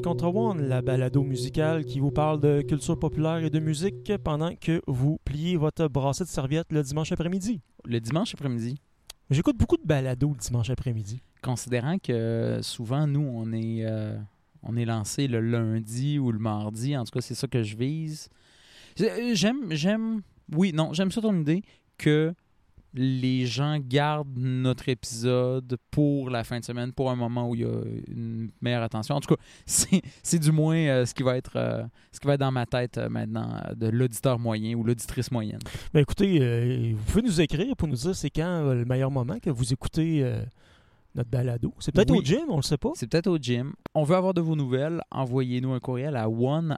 contre One, la balado musicale qui vous parle de culture populaire et de musique pendant que vous pliez votre brassée de serviette le dimanche après-midi. Le dimanche après-midi. J'écoute beaucoup de balados le dimanche après-midi. Considérant que souvent, nous, on est lancé le lundi ou le mardi. En tout cas, c'est ça que je vise. J'aime ça ton idée que les gens gardent notre épisode pour la fin de semaine, pour un moment où il y a une meilleure attention. En tout cas, c'est du moins ce qui va être dans ma tête maintenant de l'auditeur moyen ou l'auditrice moyenne. Ben écoutez, vous pouvez nous écrire pour nous dire c'est quand le meilleur moment que vous écoutez notre balado. C'est peut-être au gym, on le sait pas. C'est peut-être au gym. On veut avoir de vos nouvelles. Envoyez-nous un courriel à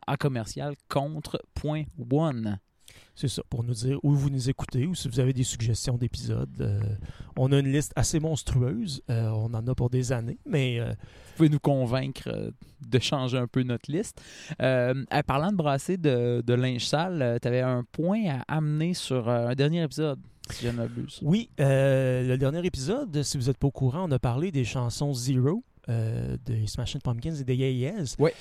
one@contre.one. C'est ça, pour nous dire où vous nous écoutez ou si vous avez des suggestions d'épisodes. On a une liste assez monstrueuse. On en a pour des années, mais... Vous pouvez nous convaincre de changer un peu notre liste. Parlant de brasser de linge sale, tu avais un point à amener sur un dernier épisode, si je ne m'abuse. Oui, le dernier épisode, si vous n'êtes pas au courant, on a parlé des chansons Zero, des Smashing Pumpkins et des Yeah-Yeahs. Oui.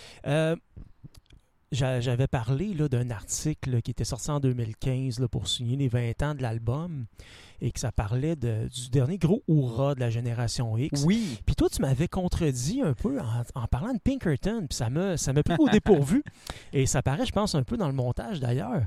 J'avais parlé là, d'un article qui était sorti en 2015 là, pour souligner les 20 ans de l'album et que ça parlait du dernier gros hurrah de la génération X. Oui. Puis toi, tu m'avais contredit un peu en parlant de Pinkerton, puis ça m'a pris au dépourvu. Et ça paraît, je pense, un peu dans le montage d'ailleurs.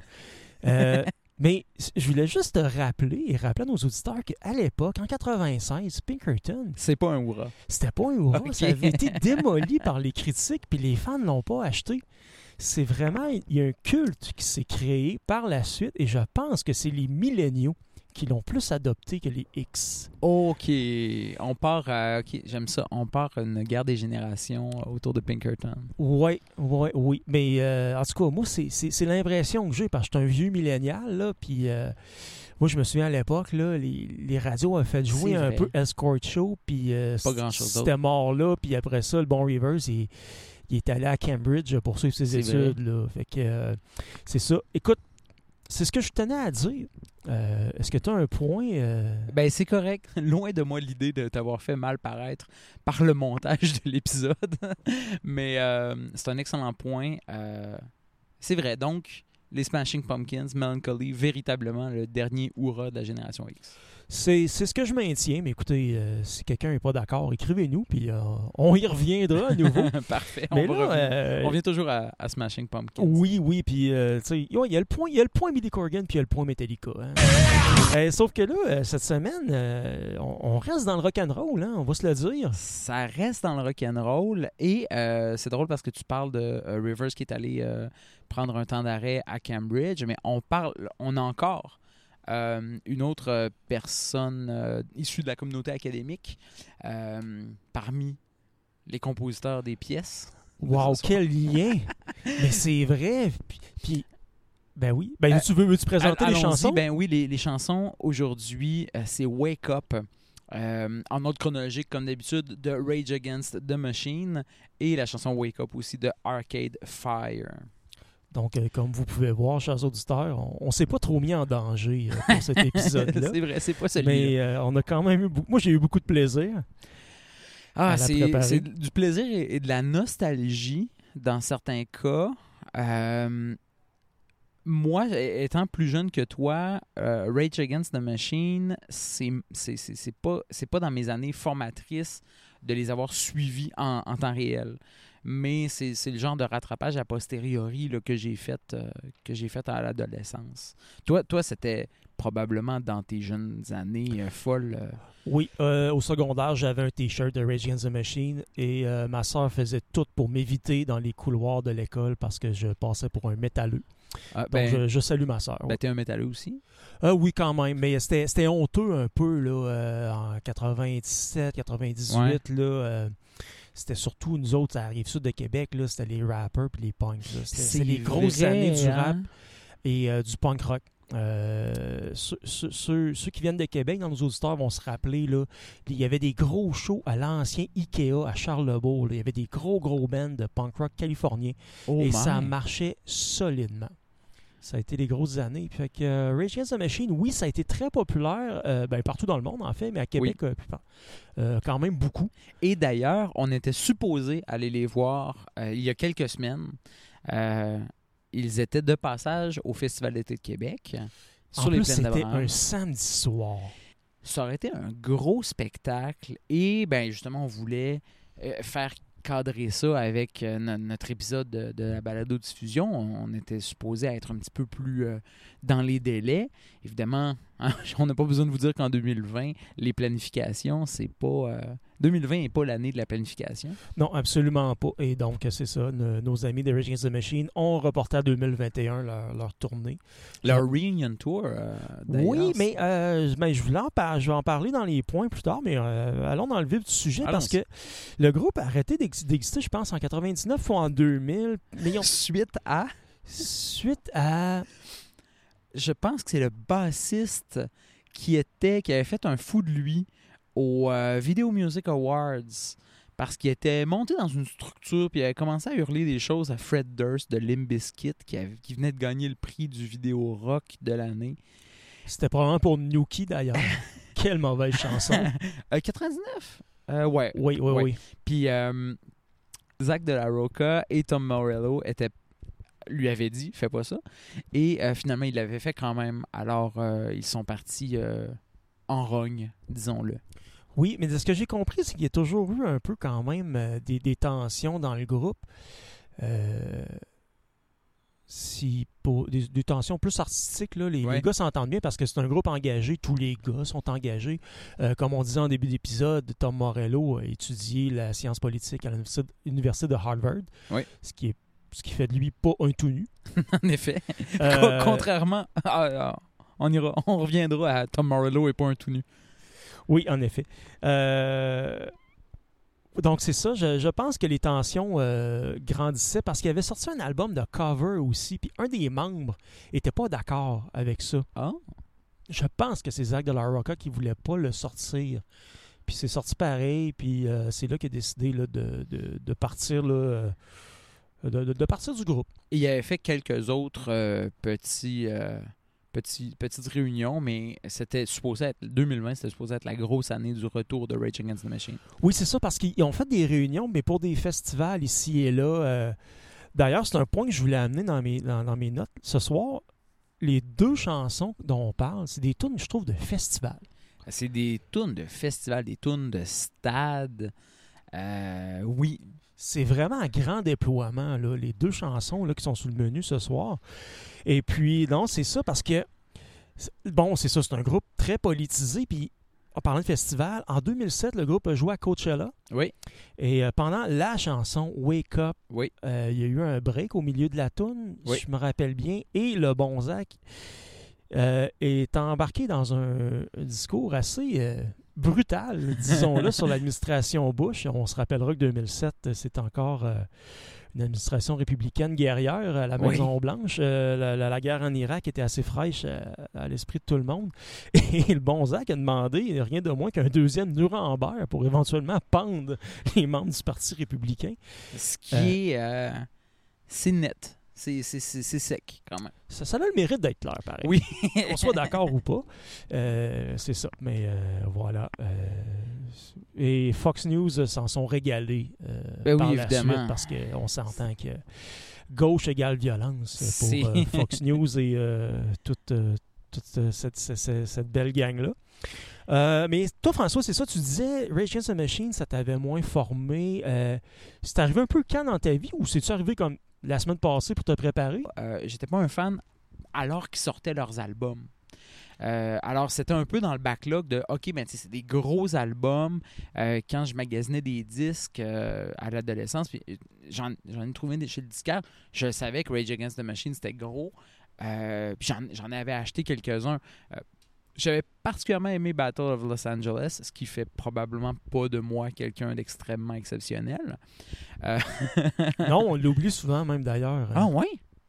Mais je voulais juste te rappeler et rappeler à nos auditeurs qu'à l'époque, en 96, Pinkerton... C'est pas un hurrah. C'était pas un hurrah. Okay. Ça avait été démoli par les critiques, puis les fans ne l'ont pas acheté. C'est vraiment... Il y a un culte qui s'est créé par la suite, et je pense que c'est les milléniaux qui l'ont plus adopté que les X. OK. On part à... OK, j'aime ça. On part à une guerre des générations autour de Pinkerton. Oui. Mais en tout cas, moi, c'est l'impression que j'ai, parce que je suis un vieux millénial, là, puis... moi, je me souviens à l'époque, là, les radios avaient fait jouer un peu Escort Show, puis c'était mort là, puis après ça, le bon Rivers, il est allé à Cambridge pour suivre ses études. Là. Fait que c'est ça. Écoute, c'est ce que je tenais à dire. Est-ce que tu as un point? Ben, c'est correct. Loin de moi l'idée de t'avoir fait mal paraître par le montage de l'épisode. Mais c'est un excellent point. C'est vrai. Donc, les Smashing Pumpkins, Melancholy, véritablement le dernier hurrah de la génération X. C'est ce que je maintiens, mais écoutez, si quelqu'un n'est pas d'accord, écrivez-nous, puis on y reviendra à nouveau. Parfait, mais on revient toujours à Smashing Pumpkins. Oui, puis tu sais, il y a le point Billy Corgan, puis il y a le point Metallica. Hein. Sauf que là, cette semaine, on reste dans le rock'n'roll, hein, on va se le dire. Ça reste dans le rock'n'roll, et c'est drôle parce que tu parles de Rivers qui est allé prendre un temps d'arrêt à Cambridge, mais on a encore... une autre personne issue de la communauté académique parmi les compositeurs des pièces. Wow, quel lien! Mais c'est vrai! Puis ben oui. Ben, veux-tu présenter les chansons? Ben oui, les chansons aujourd'hui, c'est Wake Up. En ordre chronologique, comme d'habitude, de Rage Against the Machine et la chanson Wake Up aussi de Arcade Fire. Donc, comme vous pouvez voir, chers auditeurs, on s'est pas trop mis en danger pour cet épisode-là. C'est vrai, c'est pas celui-là. Mais on a quand même eu moi, j'ai eu beaucoup de plaisir. C'est du plaisir et de la nostalgie dans certains cas. Moi, étant plus jeune que toi, Rage Against the Machine, c'est pas dans mes années formatrices de les avoir suivis en temps réel. Mais c'est le genre de rattrapage a posteriori là, que j'ai fait à l'adolescence. Toi, c'était probablement dans tes jeunes années folles. Oui, au secondaire, j'avais un T-shirt de Rage Against the Machine et ma sœur faisait tout pour m'éviter dans les couloirs de l'école parce que je passais pour un métalleux. Donc, je salue ma sœur. Ben, t'es un métalleux aussi? Oui, quand même. Mais c'était honteux un peu là, en 97, 98. Ouais. Là, c'était surtout nous autres, à Rive-Sud de Québec, là, c'était les rappers et les punks. C'était les grosses années du rap et du punk rock. Ceux qui viennent de Québec, dans nos auditeurs, vont se rappeler, là, il y avait des gros shows à l'ancien Ikea à Charlebourg. Là. Il y avait des gros bands de punk rock californiens. Ça marchait solidement. Ça a été les grosses années. Fait que Rage Against the Machine, oui, ça a été très populaire partout dans le monde, en fait, mais à Québec, quand même beaucoup. Et d'ailleurs, on était supposé aller les voir il y a quelques semaines. Ils étaient de passage au Festival d'été de Québec. En plus, c'était un samedi soir. Ça aurait été un gros spectacle. Et justement, on voulait faire cadrer ça avec notre épisode de la balado-diffusion. On était supposé être un petit peu plus dans les délais. Évidemment, on n'a pas besoin de vous dire qu'en 2020, les planifications, c'est pas... 2020 n'est pas l'année de la planification. Non, absolument pas. Et donc, c'est ça. Nos amis de Rage Against the Machine ont reporté à 2021 leur tournée. Leur reunion tour, d'ailleurs. Oui, mais je vais en parler dans les points plus tard, mais allons dans le vif du sujet parce que le groupe a arrêté d'exister, je pense, en 99 ou en 2000. Mais Suite à... Je pense que c'est le bassiste qui avait fait un fou de lui aux Video Music Awards parce qu'il était monté dans une structure puis il avait commencé à hurler des choses à Fred Durst de Limp Bizkit qui venait de gagner le prix du vidéo rock de l'année. C'était probablement pour Nuki d'ailleurs. Quelle mauvaise chanson. 99? Ouais. Oui. Puis Zach de la Rocca et Tom Morello lui avaient dit « fais pas ça ». Et finalement, il l'avait fait quand même. Alors, ils sont partis en rogne, disons-le. Oui, mais de ce que j'ai compris, c'est qu'il y a toujours eu un peu quand même des tensions dans le groupe. Des tensions plus artistiques, là, les gars s'entendent bien parce que c'est un groupe engagé. Tous les gars sont engagés. Comme on disait en début d'épisode, Tom Morello a étudié la science politique à l'université de Harvard, ce qui fait de lui pas un tout nu. En effet. Contrairement... on reviendra à Tom Morello et pas un tout nu. Oui, en effet. Donc, c'est ça. Je pense que les tensions grandissaient parce qu'il avait sorti un album de cover aussi, puis un des membres n'était pas d'accord avec ça. Ah? Je pense que c'est Zach de la Rocca qui ne voulait pas le sortir. Puis c'est sorti pareil, puis c'est là qu'il a décidé là, de partir là, de partir du groupe. Et il avait fait quelques autres petites réunions, mais c'était supposé être 2020, c'était supposé être la grosse année du retour de Rage Against the Machine. Oui, c'est ça, parce qu'ils ont fait des réunions, mais pour des festivals ici et là. D'ailleurs, c'est un point que je voulais amener dans mes notes. Ce soir, les deux chansons dont on parle, c'est des tunes, je trouve, de festival. C'est des tunes de festival, des tunes de stade. Oui. C'est vraiment un grand déploiement, là, les deux chansons là, qui sont sur le menu ce soir. Et puis, non, c'est ça parce que, bon, c'est ça, c'est un groupe très politisé. Puis, en parlant de festival, en 2007, le groupe a joué à Coachella. Oui. Et pendant la chanson Wake Up, oui. Il y a eu un break au milieu de la toune, je me rappelle bien. Et le bon Zach est embarqué dans un discours assez... brutal, disons-le, sur l'administration Bush. On se rappellera que 2007, c'est encore une administration républicaine guerrière à la Maison-Blanche. La guerre en Irak était assez fraîche à l'esprit de tout le monde. Et le bon Zach a demandé rien de moins qu'un deuxième Nuremberg pour éventuellement pendre les membres du Parti républicain. Ce qui est... c'est net. C'est sec, quand même. Ça a le mérite d'être clair, pareil. Oui. Qu'on soit d'accord ou pas. C'est ça. Mais voilà. Et Fox News s'en sont régalés par la suite parce qu'on s'entend que gauche égale violence pour Fox News et toute cette belle gang-là. Mais toi, François, c'est ça, tu disais Rage Against the Machine, ça t'avait moins formé. C'est arrivé un peu quand dans ta vie ou c'est-tu arrivé comme la semaine passée pour te préparer? J'étais pas un fan alors qu'ils sortaient leurs albums. Alors, c'était un peu dans le backlog de OK, ben, c'est des gros albums. Quand je magasinais des disques à l'adolescence, puis j'en ai trouvé chez le disquaire, je savais que Rage Against the Machine, c'était gros. Puis j'en avais acheté quelques-uns. J'avais particulièrement aimé Battle of Los Angeles, ce qui fait probablement pas de moi quelqu'un d'extrêmement exceptionnel. Non, on l'oublie souvent même d'ailleurs. Ah ouais?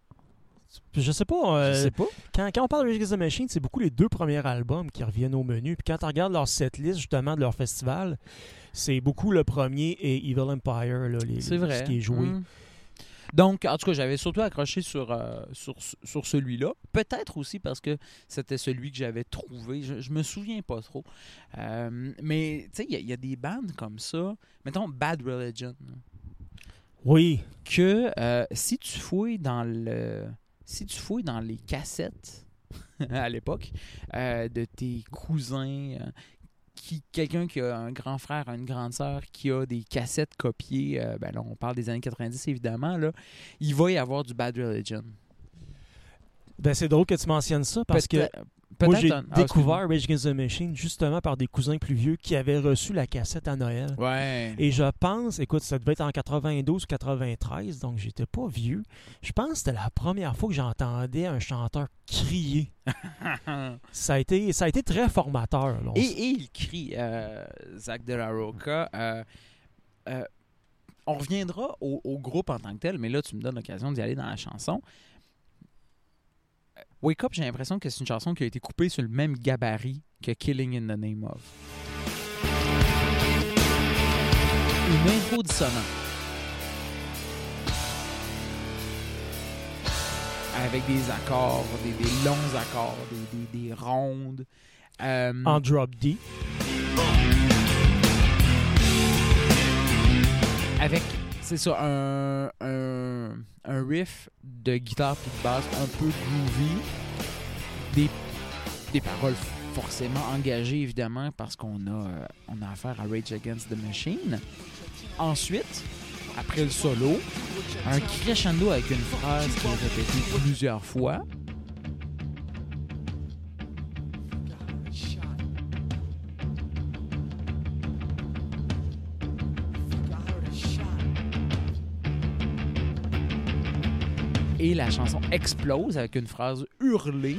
Je sais pas. Quand on parle de Rage Against the Machine, c'est beaucoup les deux premiers albums qui reviennent au menu. Puis quand tu regardes leur setlist justement de leur festival, c'est beaucoup le premier et Evil Empire, là, c'est vrai. Ce qui est joué. Donc, en tout cas, j'avais surtout accroché sur celui-là. Peut-être aussi parce que c'était celui que j'avais trouvé. Je me souviens pas trop. Mais, tu sais, il y a des bandes comme ça. Mettons, Bad Religion. Oui. Que si tu fouilles dans les cassettes à l'époque de tes cousins... quelqu'un qui a un grand frère, une grande sœur qui a des cassettes copiées, là, on parle des années 90 évidemment, là, il va y avoir du Bad Religion. Ben, c'est drôle que tu mentionnes ça parce que moi, j'ai découvert Rage Against the Machine justement par des cousins plus vieux qui avaient reçu la cassette à Noël. Ouais. Et je pense, écoute, ça devait être en 92 ou 93, donc j'étais pas vieux. Je pense que c'était la première fois que j'entendais un chanteur crier. Ça a été très formateur. Là, et il crie, Zack de la Rocha. On reviendra au groupe en tant que tel, mais là, tu me donnes l'occasion d'y aller dans la chanson. Wake Up, j'ai l'impression que c'est une chanson qui a été coupée sur le même gabarit que Killing in the Name of. Une intro dissonante. Avec des accords, des longs accords, des rondes. En drop D. Avec, c'est ça, un riff de guitare puis de basse un peu groovy. Des paroles forcément engagées, évidemment, parce qu'on a affaire à Rage Against the Machine. Ensuite, après le solo, un crescendo avec une phrase qui est répétée plusieurs fois. Et la chanson explose avec une phrase hurlée.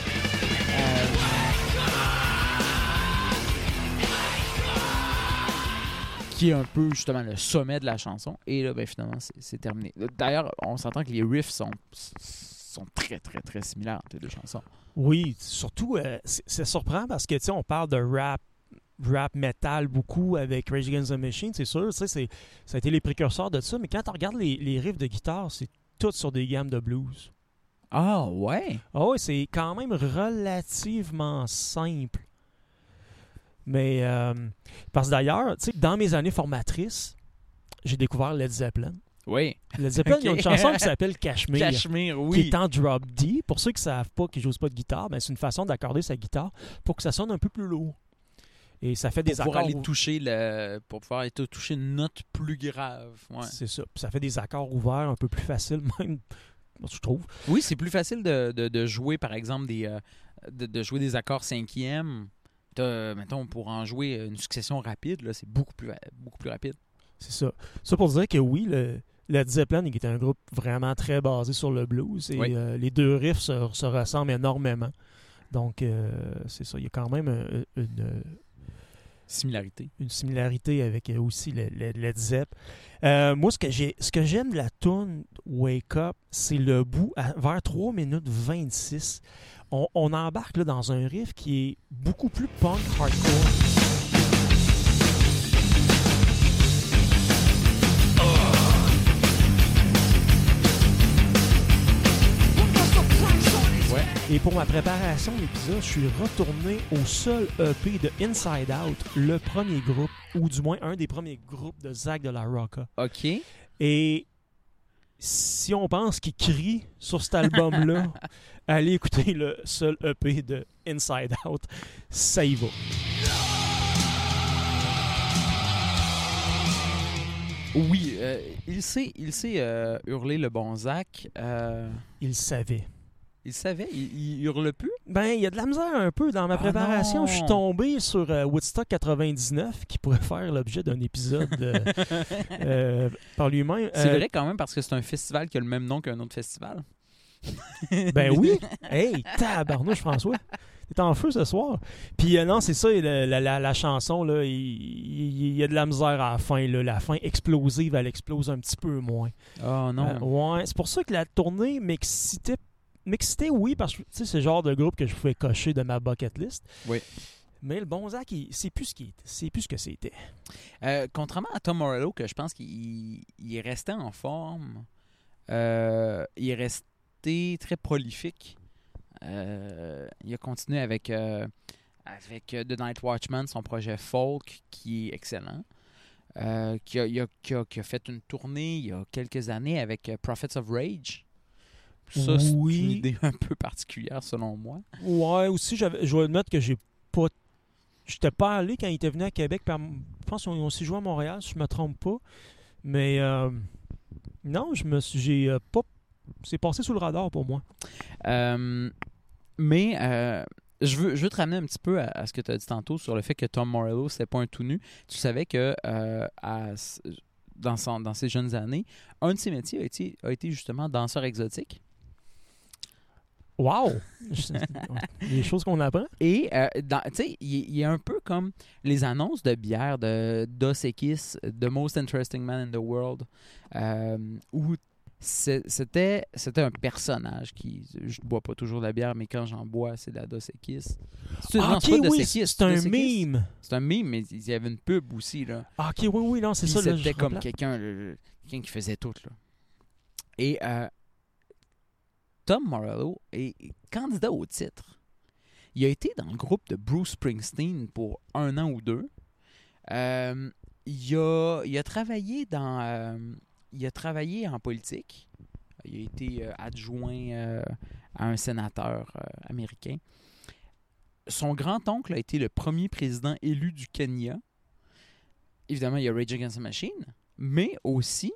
Qui est un peu justement le sommet de la chanson. Et là, ben, finalement, c'est terminé. D'ailleurs, on s'entend que les riffs sont très, très, très similaires entre les deux chansons. Oui, surtout, c'est surprenant parce que, tu sais, on parle de rap metal beaucoup avec Rage Against the Machine, c'est sûr. Tu sais, ça a été les précurseurs de ça. Mais quand tu regardes les riffs de guitare, c'est tout sur des gammes de blues. Ah, ouais? Ah oui, c'est quand même relativement simple. Mais, parce que d'ailleurs, tu sais, dans mes années formatrices, j'ai découvert Led Zeppelin. Oui. Led Zeppelin, il y a une chanson qui s'appelle Cashmere. Cashmere, oui. Qui est en drop D. Pour ceux qui ne savent pas, qui ne jouent pas de guitare, ben, c'est une façon d'accorder sa guitare pour que ça sonne un peu plus lourd. Et ça fait des accords. Pour pouvoir aller toucher une note plus grave. Ouais. C'est ça. Puis ça fait des accords ouverts un peu plus faciles, même, je trouve. Oui, c'est plus facile de jouer, par exemple, de jouer des accords cinquièmes. Mettons, pour en jouer une succession rapide, là, c'est beaucoup plus rapide. C'est ça. Ça pour dire que oui, le Led Zeppelin était un groupe vraiment très basé sur le blues. Et oui. Les deux riffs se ressemblent énormément. Donc, c'est ça. Il y a quand même une similarité avec aussi le Led Zepp. Moi, ce que j'aime de la tune Wake Up, c'est le bout vers 3 minutes 26. On embarque là, dans un riff qui est beaucoup plus punk hardcore. Ouais. Et pour ma préparation de l'épisode, je suis retourné au seul EP de Inside Out, le premier groupe, ou du moins un des premiers groupes de Zack de la Rocha. OK. Et si on pense qu'il crie sur cet album-là, allez écouter le seul EP de Inside Out, ça y va. Oui, il sait hurler le bon Zack. Il savait. Il savait? Il hurle plus? Ben, il y a de la misère un peu. Dans ma préparation, je suis tombé sur Woodstock 99, qui pourrait faire l'objet d'un épisode par lui-même. C'est vrai quand même, parce que c'est un festival qui a le même nom qu'un autre festival. Ben oui! Hey, tabarnouche, François! T'es en feu ce soir. Puis non, c'est ça, la chanson, là, il y a de la misère à la fin. Là. La fin explosive, elle explose un petit peu moins. Oh non! Ouais, c'est pour ça que la tournée m'excitait, oui, parce que c'est le genre de groupe que je pouvais cocher de ma bucket list. Oui. Mais le bon Zack, c'est plus ce que c'était. Contrairement à Tom Morello, que je pense qu'il est resté en forme il est resté très prolifique. Il a continué avec The Night Watchman, son projet folk, qui est excellent. Qui a fait une tournée il y a quelques années avec Prophets of Rage. Ça, c'est une idée un peu particulière selon moi. Ouais, aussi, je vais admettre que j'étais pas allé quand il était venu à Québec. Je pense qu'ils ont aussi joué à Montréal, si je me trompe pas. Mais non, j'ai pas. C'est passé sous le radar pour moi. Mais je veux te ramener un petit peu à ce que tu as dit tantôt sur le fait que Tom Morello, c'était pas un tout nu. Tu savais que dans ses jeunes années, un de ses métiers a été justement danseur exotique. Wow! Des choses qu'on apprend. Et, tu sais, il est un peu comme les annonces de bière de Dos Equis, The Most Interesting Man in the World, où c'était un personnage qui... Je ne bois pas toujours de la bière, mais quand j'en bois, c'est de la Dos Equis. C'est un meme. C'est un meme, mais il y avait une pub aussi, là. OK, oui, non, c'est ça. C'était comme quelqu'un qui faisait tout, là. Et Tom Morello est candidat au titre. Il a été dans le groupe de Bruce Springsteen pour 1 an ou 2. Il a travaillé en politique. Il a été adjoint à un sénateur américain. Son grand-oncle a été le premier président élu du Kenya. Évidemment, il y a Rage Against the Machine, mais aussi,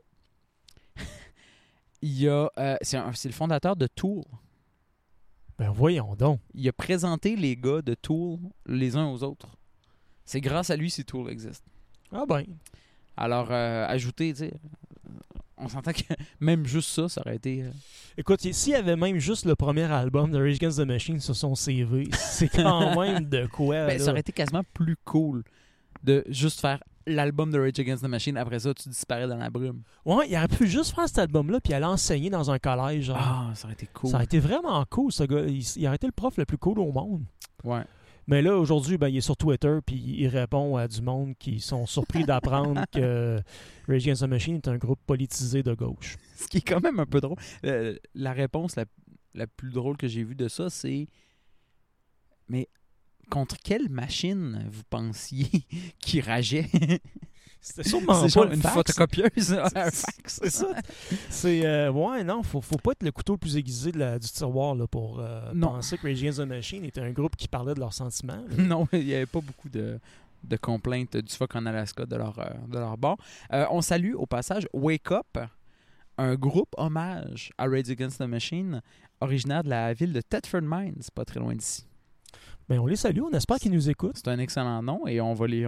c'est le fondateur de Tool. Ben voyons donc. Il a présenté les gars de Tool les uns aux autres. C'est grâce à lui si Tool existe. Ah ben. Alors, ajouter, tu sais, on s'entend que même juste ça aurait été... Écoute, s'il y avait même juste le premier album de Rage Against the Machine sur son CV, c'est quand même de quoi. Ben, ça aurait été quasiment plus cool de juste faire l'album de Rage Against the Machine. Après ça, tu disparais dans la brume. Ouais, il aurait pu juste faire cet album-là puis aller enseigner dans un collège. Genre. Ah, ça aurait été cool. Ça aurait été vraiment cool, ce gars. Il aurait été le prof le plus cool au monde. Ouais. Mais là, aujourd'hui, ben, il est sur Twitter puis il répond à du monde qui sont surpris d'apprendre que Rage Against the Machine est un groupe politisé de gauche. Ce qui est quand même un peu drôle. La réponse la plus drôle que j'ai vue de ça, c'est... Mais contre quelle machine vous pensiez qui rageait? C'était sûrement c'est genre pas une photocopieuse, un fax. C'est ça. C'est ouais, non, faut pas être le couteau le plus aiguisé du tiroir là, pour penser que Rage Against the Machine était un groupe qui parlait de leurs sentiments. Là. Non, il n'y avait pas beaucoup de complaintes du fuck en Alaska de leur bord. On salue au passage Wake Up, un groupe hommage à Rage Against the Machine, originaire de la ville de Thetford Mines, pas très loin d'ici. Ben, on les salue, on espère qu'ils nous écoutent. C'est un excellent nom et on va les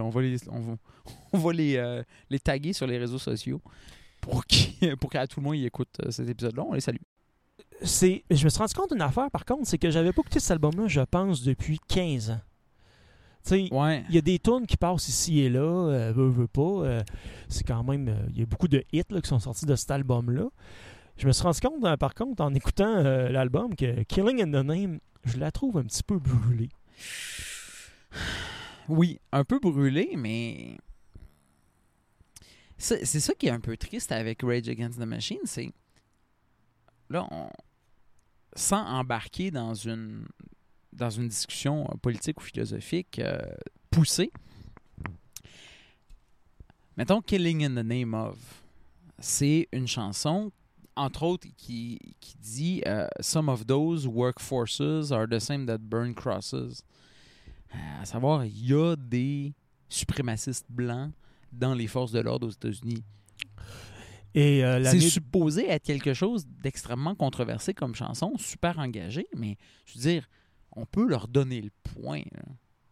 taguer sur les réseaux sociaux pour qu'à tout le monde y écoute cet épisode-là. On les salue. Je me suis rendu compte d'une affaire, par contre, c'est que j'avais pas écouté cet album-là, je pense, depuis 15 ans. Tu sais, il y a des tunes qui passent ici et là, veux pas. C'est quand même... Il y a beaucoup de hits là, qui sont sortis de cet album-là. Je me suis rendu compte, par contre, en écoutant l'album, que Killing in the Name, je la trouve un petit peu brûlée. Oui, un peu brûlée, mais... C'est ça qui est un peu triste avec Rage Against the Machine, c'est... Là, sans embarquer dans une discussion politique ou philosophique poussée, mettons Killing in the Name of, c'est une chanson, entre autres, qui dit Some of those workforces are the same that burn crosses. À savoir, il y a des suprémacistes blancs dans les forces de l'ordre aux États-Unis. Et c'est supposé être quelque chose d'extrêmement controversé comme chanson, super engagé, mais je veux dire, on peut leur donner le point. Là.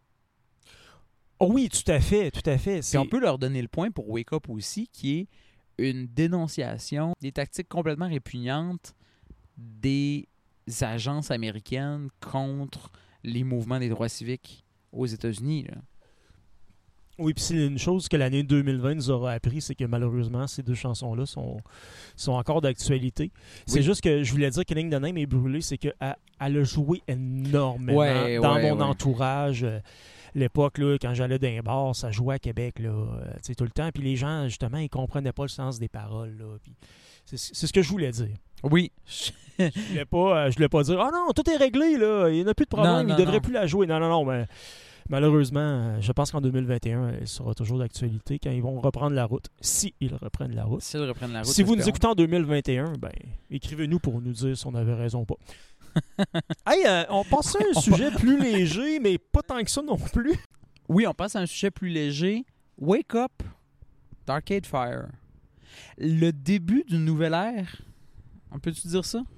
Oh oui, tout à fait. Et on peut leur donner le point pour Wake Up aussi, qui est une dénonciation des tactiques complètement répugnantes des agences américaines contre les mouvements des droits civiques aux États-Unis. Là. Oui, puis c'est une chose que l'année 2020 nous aura appris, c'est que malheureusement, ces deux chansons-là sont encore d'actualité. C'est juste que je voulais dire que Killing the Name est brûlée, c'est qu'elle a joué énormément dans mon entourage. l'époque, là, quand j'allais dans les bars, ça jouait à Québec, là, tout le temps. Puis les gens, justement, ils comprenaient pas le sens des paroles. Là, puis c'est ce que je voulais dire. Oui. Je voulais pas dire « Ah non, tout est réglé, là, il n'y en a plus de problème, il ne devrait plus la jouer. » Non, mais malheureusement, je pense qu'en 2021, elle sera toujours d'actualité quand ils vont reprendre la route. Si ils reprennent la route. S'ils reprennent la route. Si vous nous écoutez en 2021, ben, écrivez-nous pour nous dire si on avait raison ou pas. Hey, on passe à un sujet plus léger, mais pas tant que ça non plus. Oui, on passe à un sujet plus léger. Wake Up d'Arcade Fire. Le début d'une nouvelle ère. On peut-tu dire ça?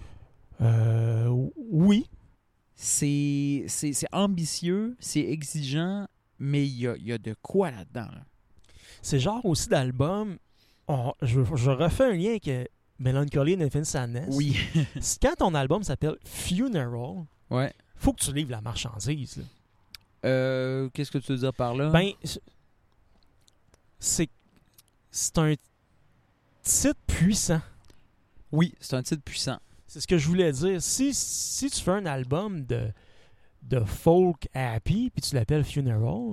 Oui. C'est ambitieux, c'est exigeant, mais il y a de quoi là-dedans. Là. C'est genre aussi d'album. Je refais un lien avec Melancholy and Infinite Sadness. Oui. Quand ton album s'appelle Funeral, ouais. Faut que tu livres la marchandise. Là. Qu'est-ce que tu veux dire par là? Ben, c'est un titre puissant. Oui, c'est un titre puissant. C'est ce que je voulais dire. Si tu fais un album de folk happy puis tu l'appelles Funeral,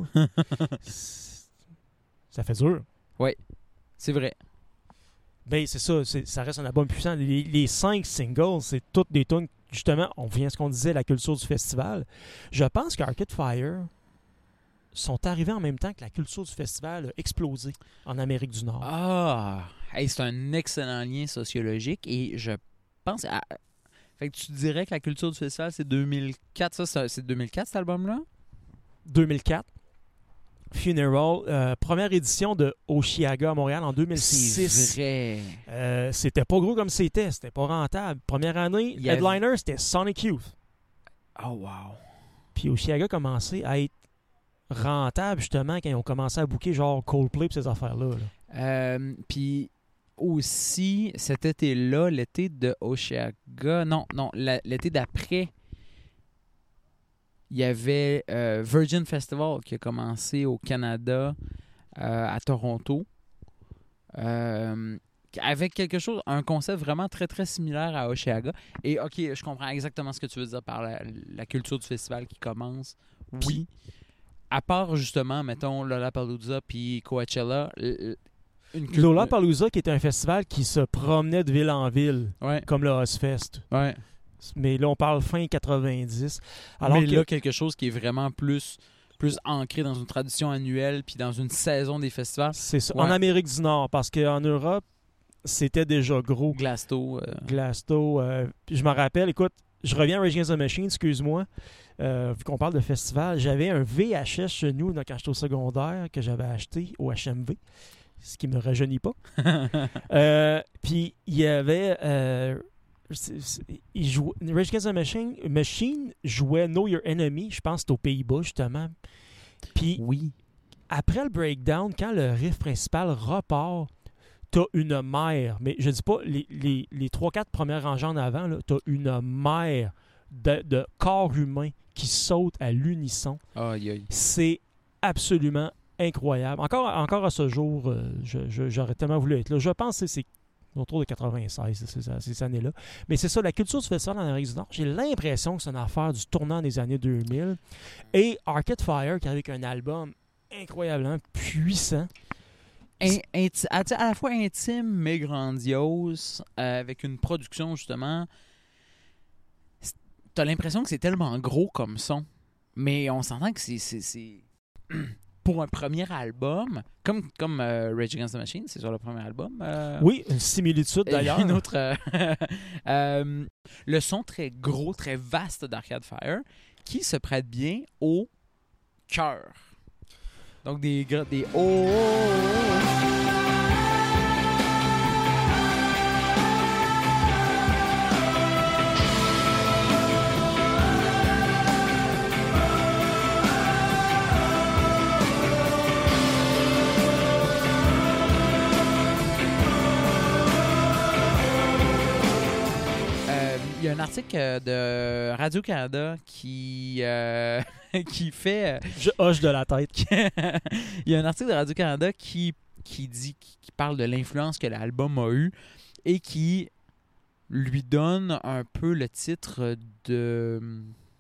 ça fait dur. Oui, c'est vrai. Ben, c'est ça. Ça reste un album puissant. Les 5 singles, c'est toutes des tunes. Justement, on vient à ce qu'on disait, la culture du festival. Je pense qu'Arcade Fire sont arrivés en même temps que la culture du festival a explosé en Amérique du Nord. Ah! Hey, c'est un excellent lien sociologique et je pense... Fait que tu dirais que la culture du festival, c'est 2004. Ça, c'est 2004, cet album-là? 2004. Funeral, première édition de Osheaga à Montréal en 2006. C'est vrai. C'était pas gros comme c'était pas rentable. Première année, headliner, c'était Sonic Youth. Oh wow. Puis Osheaga a commencé à être rentable justement quand ils ont commencé à booker genre Coldplay et ces affaires-là. Puis aussi, cet été-là, l'été de Osheaga, non, l'été d'après, il y avait Virgin Festival qui a commencé au Canada, à Toronto, avec quelque chose, un concept vraiment très très similaire à Osheaga. Et ok, je comprends exactement ce que tu veux dire par la culture du festival qui commence. Oui. À part justement, mettons, Lollapalooza puis Coachella. Lollapalooza qui était un festival qui se promenait de ville en ville, comme le Ozfest. Ouais. Mais là, on parle fin 90. Alors mais là, quelque chose qui est vraiment plus ancré dans une tradition annuelle puis dans une saison des festivals. C'est ça. Ouais. En Amérique du Nord, parce qu'en Europe, c'était déjà gros. Glasto. Je me rappelle, écoute, je reviens à Rage Against the Machine, excuse-moi. Vu qu'on parle de festival, j'avais un VHS chez nous quand j'étais au secondaire que j'avais acheté au HMV, ce qui me rajeunit pas. Puis il y avait... Rage Against the Machine jouait Know Your Enemy, je pense que c'était aux Pays-Bas justement. Puis après le breakdown, quand le riff principal repart, t'as une mer, mais je dis pas les 3-4 premières rangées en avant, là, t'as une mer de corps humain qui saute à l'unisson. C'est absolument incroyable. Encore à ce jour, j'aurais tellement voulu être là. Je pense que c'est autour de 96, ces années-là. Mais c'est ça, la culture du festival en Amérique du Nord, j'ai l'impression que c'est une affaire du tournant des années 2000. Et Arcade Fire, qui avec un album incroyablement puissant. À la fois intime, mais grandiose, avec une production, justement. T'as l'impression que c'est tellement gros comme son. Mais on s'entend que c'est pour un premier album, comme Rage Against the Machine, c'est sur le premier album. Oui, une similitude d'ailleurs. Une autre. Le son très gros, très vaste d'Arcade Fire, qui se prête bien au cœur. Donc des oh. Il y a un article de Radio-Canada qui fait... Je hoche de la tête. Il y a un article de Radio-Canada qui parle de l'influence que l'album a eue et qui lui donne un peu le titre de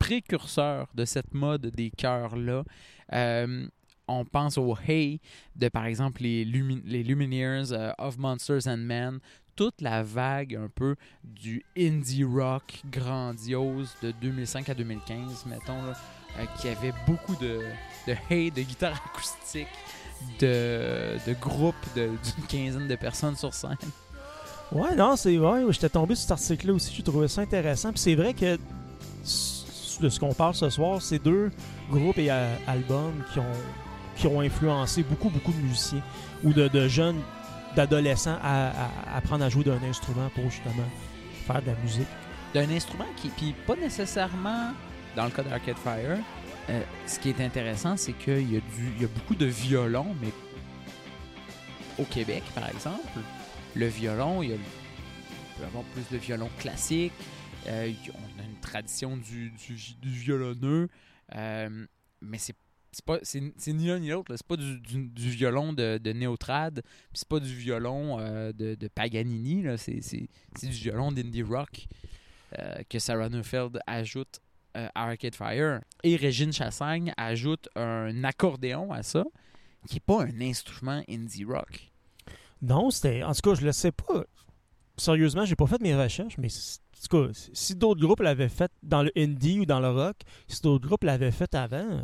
précurseurs de cette mode des chœurs-là. On pense au Hey de, par exemple, les Lumineers, of Monsters and Men, toute la vague un peu du indie rock grandiose de 2005 à 2015, mettons, là, qui avait beaucoup de Hey, de guitare acoustique, de groupes d'une quinzaine de personnes sur scène. Ouais, non, c'est vrai. J'étais tombé sur cet article-là aussi. J'ai trouvé ça intéressant. Puis c'est vrai que de ce qu'on parle ce soir, c'est deux groupes et albums qui ont influencé beaucoup de musiciens ou de jeunes, d'adolescents à apprendre à jouer d'un instrument pour justement faire de la musique. D'un instrument qui, puis pas nécessairement, dans le cas d'Arcade Fire, ce qui est intéressant, c'est qu'il y a beaucoup de violons, mais au Québec, par exemple, le violon, il peut y avoir plus de violon classique. On a une tradition du violonneux, mais c'est ni l'un ni l'autre. C'est pas du violon de Néotrad, puis c'est pas du violon de Paganini. Là. C'est du violon d'indie rock que Sarah Neufeld ajoute à Arcade Fire. Et Régine Chassagne ajoute un accordéon à ça, qui n'est pas un instrument indie rock. Non, c'était. En tout cas, je le sais pas. Sérieusement, j'ai pas fait mes recherches, mais en tout cas, si d'autres groupes l'avaient fait dans le indie ou dans le rock, si d'autres groupes l'avaient fait avant,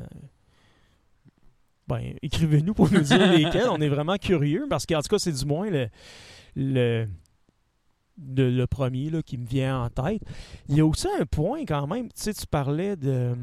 ben, écrivez-nous pour nous dire lesquels. On est vraiment curieux, parce qu'en tout cas, c'est du moins le premier là, qui me vient en tête. Il y a aussi un point quand même. Tu sais, tu parlais de.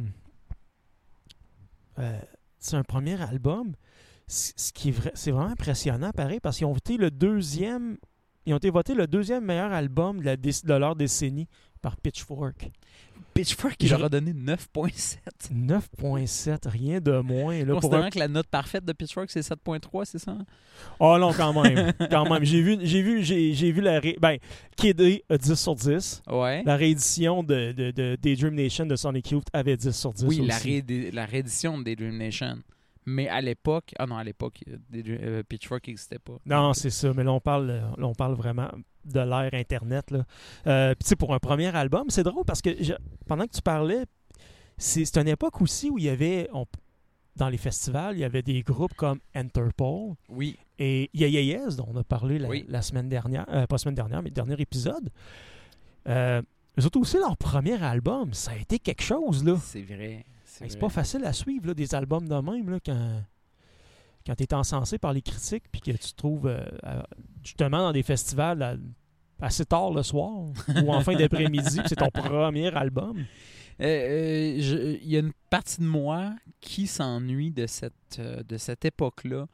C'est un premier album. Ce qui est vrai, c'est vraiment impressionnant, pareil, parce qu'ils ont été votés le deuxième meilleur album de leur décennie par Pitchfork. Pitchfork, il leur a donné 9.7. 9.7, rien de moins. Là, considérant que la note parfaite de Pitchfork, c'est 7.3, c'est ça? Oh non, quand même. Quand même. J'ai vu la... KD a 10 sur 10. Ouais. La réédition de Daydream Nation de Sonic Youth avait 10 sur 10 oui, aussi. la réédition de Daydream Nation. Mais à l'époque... Ah non, à l'époque, Pitchfork n'existait pas. Non, c'est ça. Mais là, on parle vraiment de l'ère Internet. Puis tu sais, pour un premier album, c'est drôle parce que pendant que tu parlais, c'est une époque aussi où il y avait... dans les festivals, il y avait des groupes comme Interpol. Oui. Et Yeah Yeah Yes, dont on a parlé oui. la semaine dernière. Pas semaine dernière, mais le dernier épisode. Eux autres aussi, leur premier album, ça a été quelque chose, là. C'est vrai. C'est pas facile à suivre, là, des albums de même, là, quand tu es encensé par les critiques puis que tu te trouves justement dans des festivals assez tard le soir ou en fin d'après-midi, c'est ton premier album. Il y a une partie de moi qui s'ennuie de cette époque-là,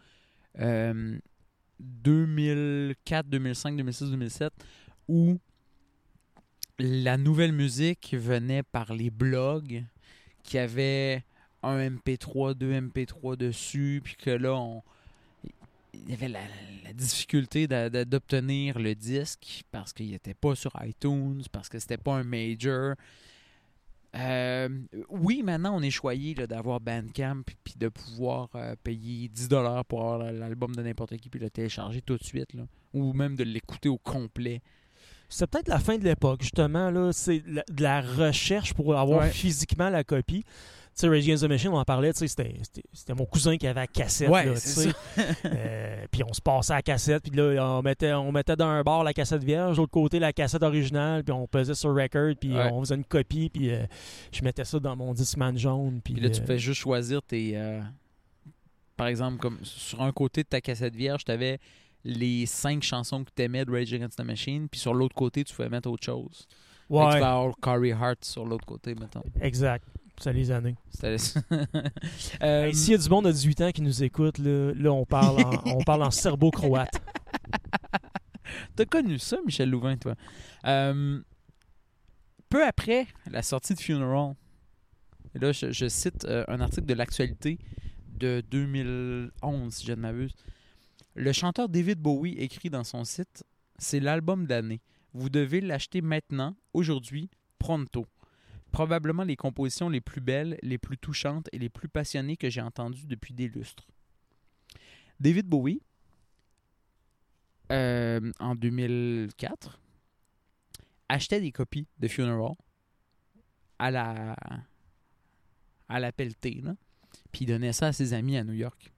2004, 2005, 2006, 2007, où la nouvelle musique venait par les blogs, qui avaient un MP3, deux MP3 dessus, puis que là, il y avait la difficulté d'obtenir le disque parce qu'il n'était pas sur iTunes, parce que c'était pas un major. Oui, maintenant, on est choyé là, d'avoir Bandcamp puis de pouvoir payer 10$ pour avoir l'album de n'importe qui puis le télécharger tout de suite, là, ou même de l'écouter au complet. C'est peut-être la fin de l'époque, justement. Là, c'est de la recherche pour avoir physiquement la copie. Tu sais, Rage Against the Machine, on en parlait, c'était mon cousin qui avait la cassette. Ouais, là, c'est ça. Puis on se passait à la cassette, puis là, on mettait d'un bord la cassette vierge, de l'autre côté la cassette originale, puis on pesait sur record, puis on faisait une copie, puis je mettais ça dans mon Discman jaune. Puis là, tu fais juste choisir tes... par exemple, comme sur un côté de ta cassette vierge, tu avais les 5 chansons que tu aimais de Rage Against the Machine, puis sur l'autre côté, tu pouvais mettre autre chose. Ouais. Et tu vas avoir Carrie Hart sur l'autre côté, mettons. Exact. C'est les années. S'il y a du monde de 18 ans qui nous écoute, là on parle en serbo-croate. T'as connu ça, Michel Louvain, toi? Peu après la sortie de Funeral, et là je cite un article de l'Actualité de 2011, si je ne m'abuse. Le chanteur David Bowie écrit dans son site « C'est l'album d'année. Vous devez l'acheter maintenant, aujourd'hui, pronto. Probablement les compositions les plus belles, les plus touchantes et les plus passionnées que j'ai entendues depuis des lustres. » David Bowie, en 2004, achetait des copies de Funeral à à la pelletée, là. Puis il donnait ça à ses amis à New York.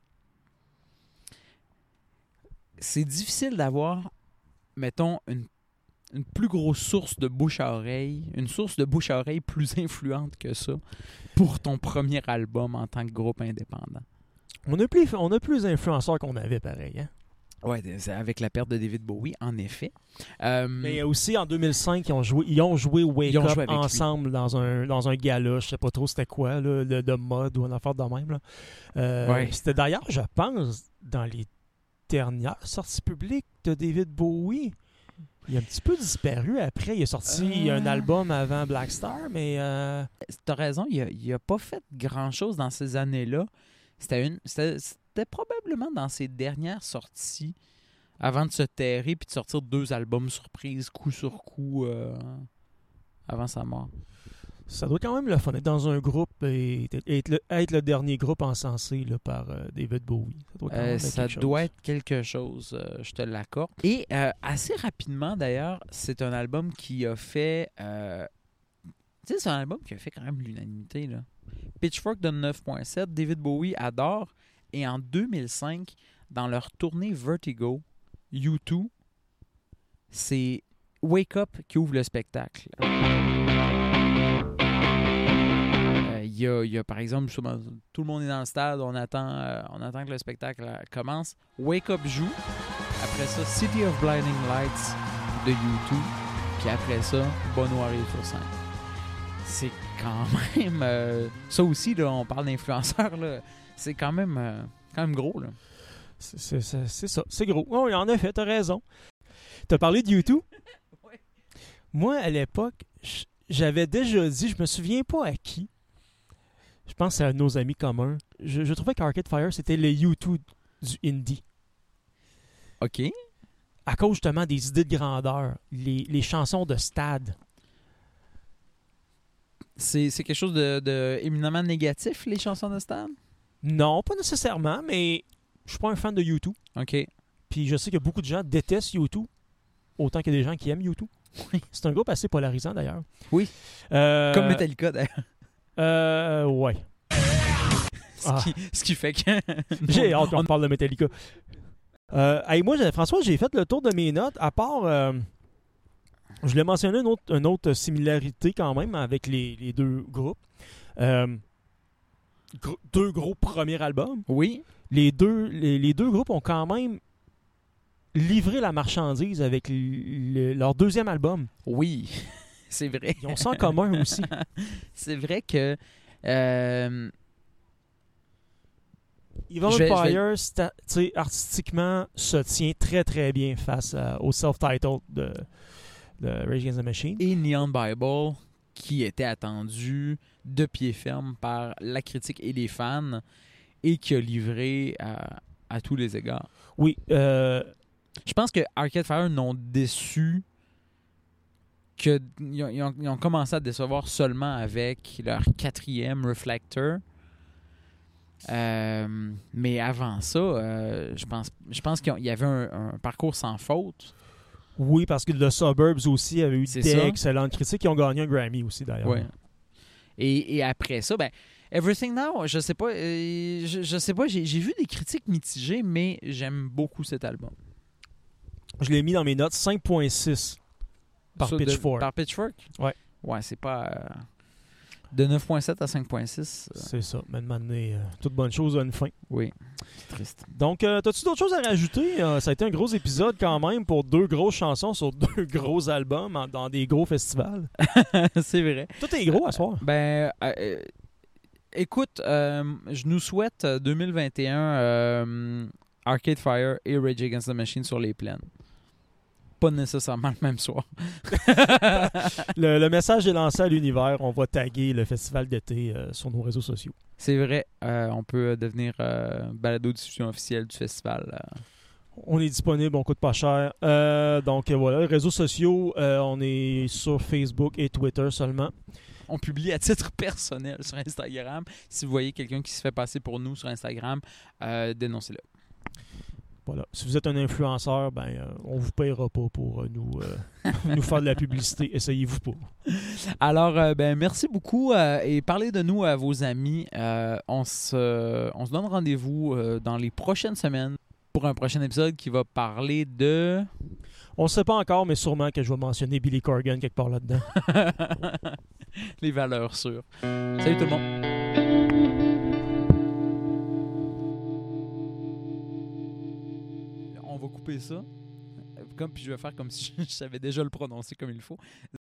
C'est difficile d'avoir, mettons, une plus grosse source de bouche à oreille, une source de bouche à oreille plus influente que ça pour ton premier album en tant que groupe indépendant. On a plus d'influenceurs qu'on avait, pareil. Hein? Oui, avec la perte de David Bowie, en effet. Mais aussi, en 2005, ils ont joué Wake Up ensemble dans un gala. Je sais pas trop c'était quoi, là, de mode ou une affaire de même. Là. C'était d'ailleurs, je pense, dans les dernières sorties publiques de David Bowie. Il a un petit peu disparu après. Il a sorti un album avant Black Star, mais... T'as raison, il a pas fait grand-chose dans ces années-là. C'était probablement dans ses dernières sorties avant de se terrer puis de sortir 2 albums surprises, coup sur coup, avant sa mort. Ça doit quand même le fun être dans un groupe et être le dernier groupe encensé là, par David Bowie. Ça doit être quelque chose, je te l'accorde. Et assez rapidement, d'ailleurs, c'est un album qui a fait... c'est un album qui a fait quand même l'unanimité, là. Pitchfork donne 9.7, David Bowie adore. Et en 2005, dans leur tournée Vertigo, U2, c'est Wake Up qui ouvre le spectacle. Il y a, par exemple, tout le monde est dans le stade, on attend que le spectacle commence. Wake Up joue. Après ça, City of Blinding Lights de U2. Puis après ça, Bono arrive sur scène. C'est quand même... ça aussi, là, on parle d'influenceurs, là, c'est quand même gros. Là. C'est ça, c'est gros. Oui, en effet, t'as raison. T'as parlé de U2? Oui. Moi, à l'époque, j'avais déjà dit, je me souviens pas à qui, je pense que c'est à nos amis communs, je trouvais qu'Arcade Fire, c'était le U2 du indie. OK. À cause justement des idées de grandeur, les chansons de stade. C'est quelque chose de éminemment négatif, les chansons de stade? Non, pas nécessairement, mais je suis pas un fan de U2. OK. Puis je sais que beaucoup de gens détestent U2, autant qu'il y a des gens qui aiment U2. Oui. C'est un groupe assez polarisant, d'ailleurs. Oui. Comme Metallica, d'ailleurs. Ouais. Ce qui fait que... J'ai hâte qu'on parle de Metallica. Moi, François, j'ai fait le tour de mes notes, à part... je l'ai mentionné une autre similarité quand même avec les deux groupes. 2 gros premiers albums. Oui. Les deux groupes ont quand même livré la marchandise avec leur 2e album. Oui, c'est vrai. Ils ont ça en commun aussi. C'est vrai que... Evil Empire, artistiquement, se tient très très bien face au self-titled de Rage Against the Machine. Et Neon Bible, qui était attendu de pied ferme par la critique et les fans, et qui a livré à tous les égards. Oui. Je pense que Arcade Fire n'ont déçu qu'ils ont commencé à décevoir seulement avec leur 4e Reflector. Mais avant ça, je pense qu'il y avait un parcours sans faute. Oui, parce que The Suburbs aussi avait eu d'excellentes critiques. Ils ont gagné un Grammy aussi, d'ailleurs. Ouais. Et après ça, Everything Now, je sais pas, j'ai vu des critiques mitigées, mais j'aime beaucoup cet album. Je l'ai mis dans mes notes 5.6 par Pitchfork. Par Pitchfork? Ouais. Ouais, c'est pas... de 9.7 à 5.6. C'est ça. Maintenant, toute bonne chose a une fin. Oui, c'est triste. Donc, as-tu d'autres choses à rajouter? Ça a été un gros épisode quand même pour 2 grosses chansons sur 2 gros albums dans des gros festivals. C'est vrai. Tout est gros à soir. Écoute, je nous souhaite 2021 Arcade Fire et Rage Against the Machine sur les plaines. Pas nécessairement le même soir. le message est lancé à l'univers. On va taguer le festival d'été sur nos réseaux sociaux. C'est vrai. On peut devenir balado-diffusion officielle du festival. On est disponible, on coûte pas cher. Donc voilà, les réseaux sociaux, on est sur Facebook et Twitter seulement. On publie à titre personnel sur Instagram. Si vous voyez quelqu'un qui se fait passer pour nous sur Instagram, dénoncez-le. Voilà. Si vous êtes un influenceur, on vous paiera pas pour nous faire de la publicité. Essayez-vous pas. Alors, merci beaucoup et parlez de nous à vos amis. On se donne rendez-vous dans les prochaines semaines pour un prochain épisode qui va parler de... On ne sait pas encore, mais sûrement que je vais mentionner Billy Corgan quelque part là-dedans. Les valeurs sûres. Salut tout le monde. On va couper ça. Puis je vais faire comme si je savais déjà le prononcer comme il faut.